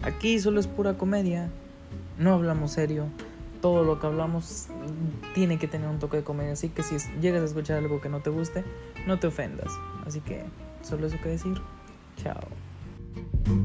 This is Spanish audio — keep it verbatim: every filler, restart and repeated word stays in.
Aquí solo es pura comedia, no hablamos serio. Todo lo que hablamos tiene que tener un toque de comedia, así que si llegas a escuchar algo que no te guste, no te ofendas. Así que solo eso que decir. Chao.